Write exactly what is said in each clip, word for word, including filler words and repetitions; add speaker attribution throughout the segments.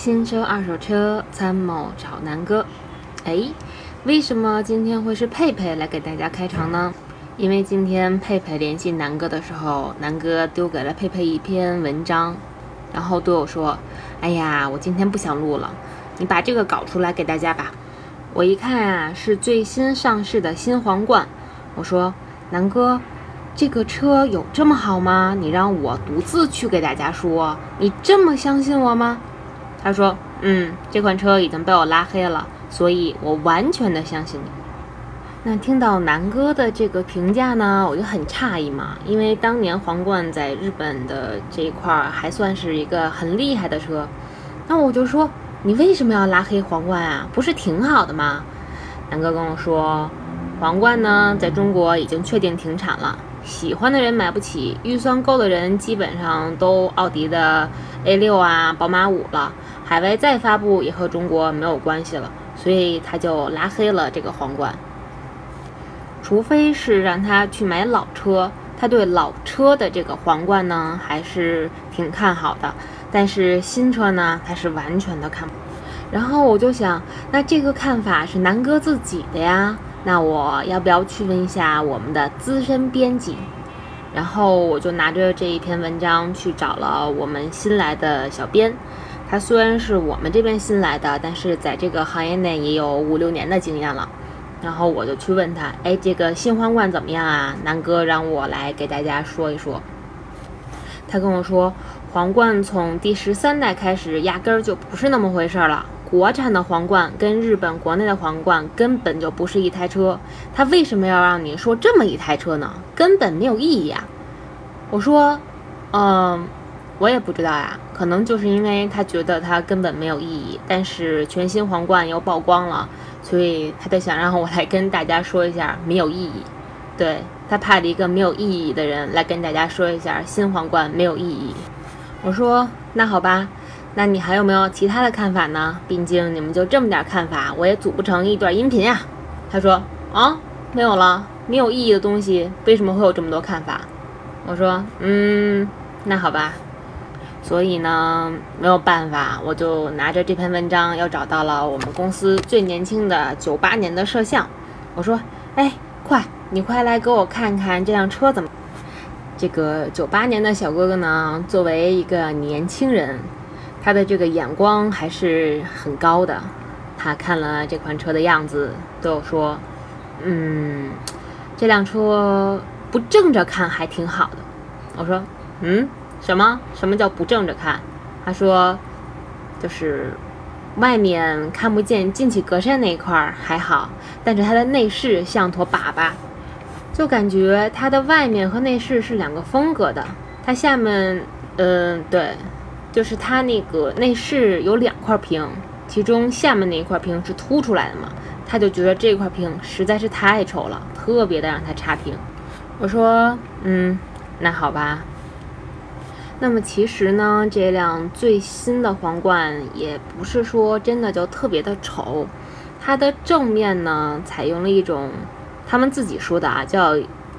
Speaker 1: 新车二手车参谋找南哥。哎，为什么今天会是佩佩来给大家开场呢？因为今天佩佩联系南哥的时候，南哥丢给了佩佩一篇文章，然后对我说：哎呀，我今天不想录了，你把这个搞出来给大家吧。我一看啊，是最新上市的新皇冠。我说：南哥，这个车有这么好吗？你让我独自去给大家说，你这么相信我吗？他说：嗯，这款车已经被我拉黑了，所以我完全的相信你。那听到南哥的这个评价呢，我就很诧异嘛，因为当年皇冠在日本的这一块还算是一个很厉害的车。那我就说，你为什么要拉黑皇冠啊？不是挺好的吗？南哥跟我说，皇冠呢在中国已经确定停产了，喜欢的人买不起，预算够的人基本上都奥迪的 A 六 啊，宝马五了，海外再发布也和中国没有关系了，所以他就拉黑了这个皇冠。除非是让他去买老车，他对老车的这个皇冠呢还是挺看好的，但是新车呢他是完全的看不好。然后我就想，那这个看法是南哥自己的呀，那我要不要去问一下我们的资深编辑？然后我就拿着这一篇文章去找了我们新来的小编，他虽然是我们这边新来的，但是在这个行业内也有五六年的经验了。然后我就去问他，哎，这个新皇冠怎么样啊？南哥让我来给大家说一说。他跟我说，皇冠从第十三代开始压根儿就不是那么回事了，国产的皇冠跟日本国内的皇冠根本就不是一台车，他为什么要让你说这么一台车呢？根本没有意义啊。我说嗯，我也不知道呀，可能就是因为他觉得它根本没有意义，但是全新皇冠又曝光了，所以他就想让我来跟大家说一下没有意义。对，他派了一个没有意义的人来跟大家说一下新皇冠没有意义。我说那好吧，那你还有没有其他的看法呢？毕竟你们就这么点看法，我也组不成一段音频呀。他说啊，没有了，没有意义的东西为什么会有这么多看法？我说嗯，那好吧。所以呢，没有办法，我就拿着这篇文章又找到了我们公司最年轻的九八年的摄像。我说，哎，快，你快来给我看看这辆车怎么。这个九八年的小哥哥呢，作为一个年轻人，他的这个眼光还是很高的。他看了这款车的样子，对我说，嗯，这辆车不正着看还挺好的。我说，嗯。什么什么叫不正着看？他说就是外面看不见进气格栅那一块还好，但是它的内饰像坨粑粑，就感觉它的外面和内饰是两个风格的。它下面嗯、呃、对，就是它那个内饰有两块屏，其中下面那一块屏是凸出来的嘛，他就觉得这块屏实在是太丑了，特别的让他差评。我说嗯，那好吧。那么其实呢，这辆最新的皇冠也不是说真的就特别的丑，它的正面呢采用了一种他们自己说的啊叫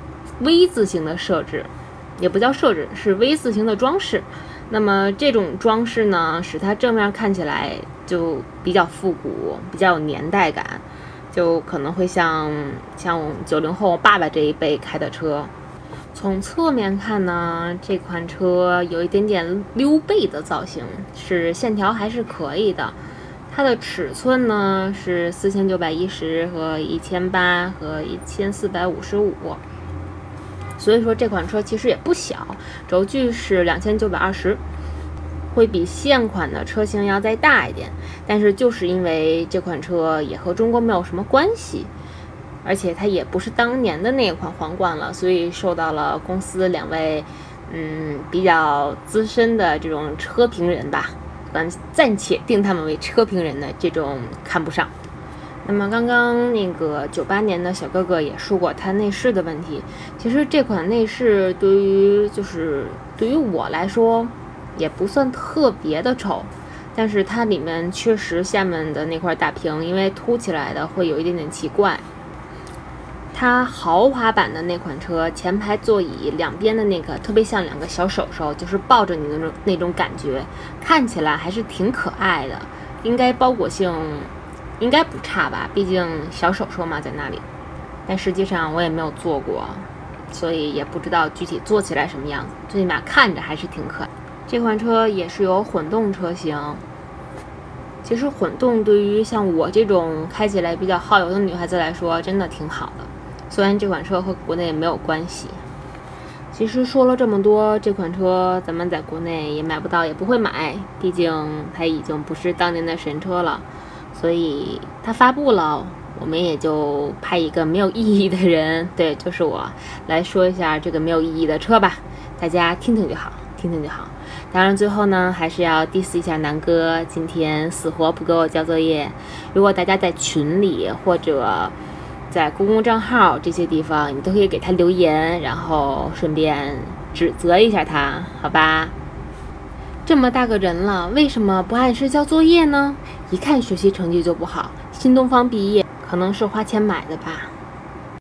Speaker 1: V 字形的设置，也不叫设置，是 V 字形的装饰。那么这种装饰呢，使它正面看起来就比较复古，比较有年代感，就可能会像像九零后爸爸这一辈开的车。从侧面看呢，这款车有一点点溜背的造型，是线条还是可以的。它的尺寸呢是四千九百一十和一千八和一千四百五十五，所以说这款车其实也不小，轴距是两千九百二十，会比现款的车型要再大一点。但是就是因为这款车也和中国没有什么关系，而且它也不是当年的那款皇冠了，所以受到了公司两位嗯比较资深的这种车评人吧，咱暂且定他们为车评人的这种看不上。那么刚刚那个九八年的小哥哥也说过他内饰的问题，其实这款内饰对于就是对于我来说也不算特别的丑，但是它里面确实下面的那块大屏因为凸起来的会有一点点奇怪。 它豪华版的那款车，前排座椅两边的那个特别像两个小手手，就是抱着你那种那种感觉，看起来还是挺可爱的，应该包裹性应该不差吧，毕竟小手手嘛在那里。但实际上我也没有坐过，所以也不知道具体坐起来什么样子，最起码看着还是挺可爱。这款车也是有混动车型。其实混动对于像我这种开起来比较耗油的女孩子来说真的挺好的，虽然这款车和国内没有关系。其实说了这么多，这款车咱们在国内也买不到，也不会买，毕竟它已经不是当年的神车了。所以它发布了，我们也就派一个没有意义的人，对，就是我，来说一下这个没有意义的车吧，大家听听就好，听听就好。当然最后呢，还是要 diss 一下南哥，今天死活不给我交作业。如果大家在群里或者在公共账号这些地方，你都可以给他留言，然后顺便指责一下他，好吧？这么大个人了，为什么不按时交作业呢？一看学习成绩就不好，新东方毕业，可能是花钱买的吧。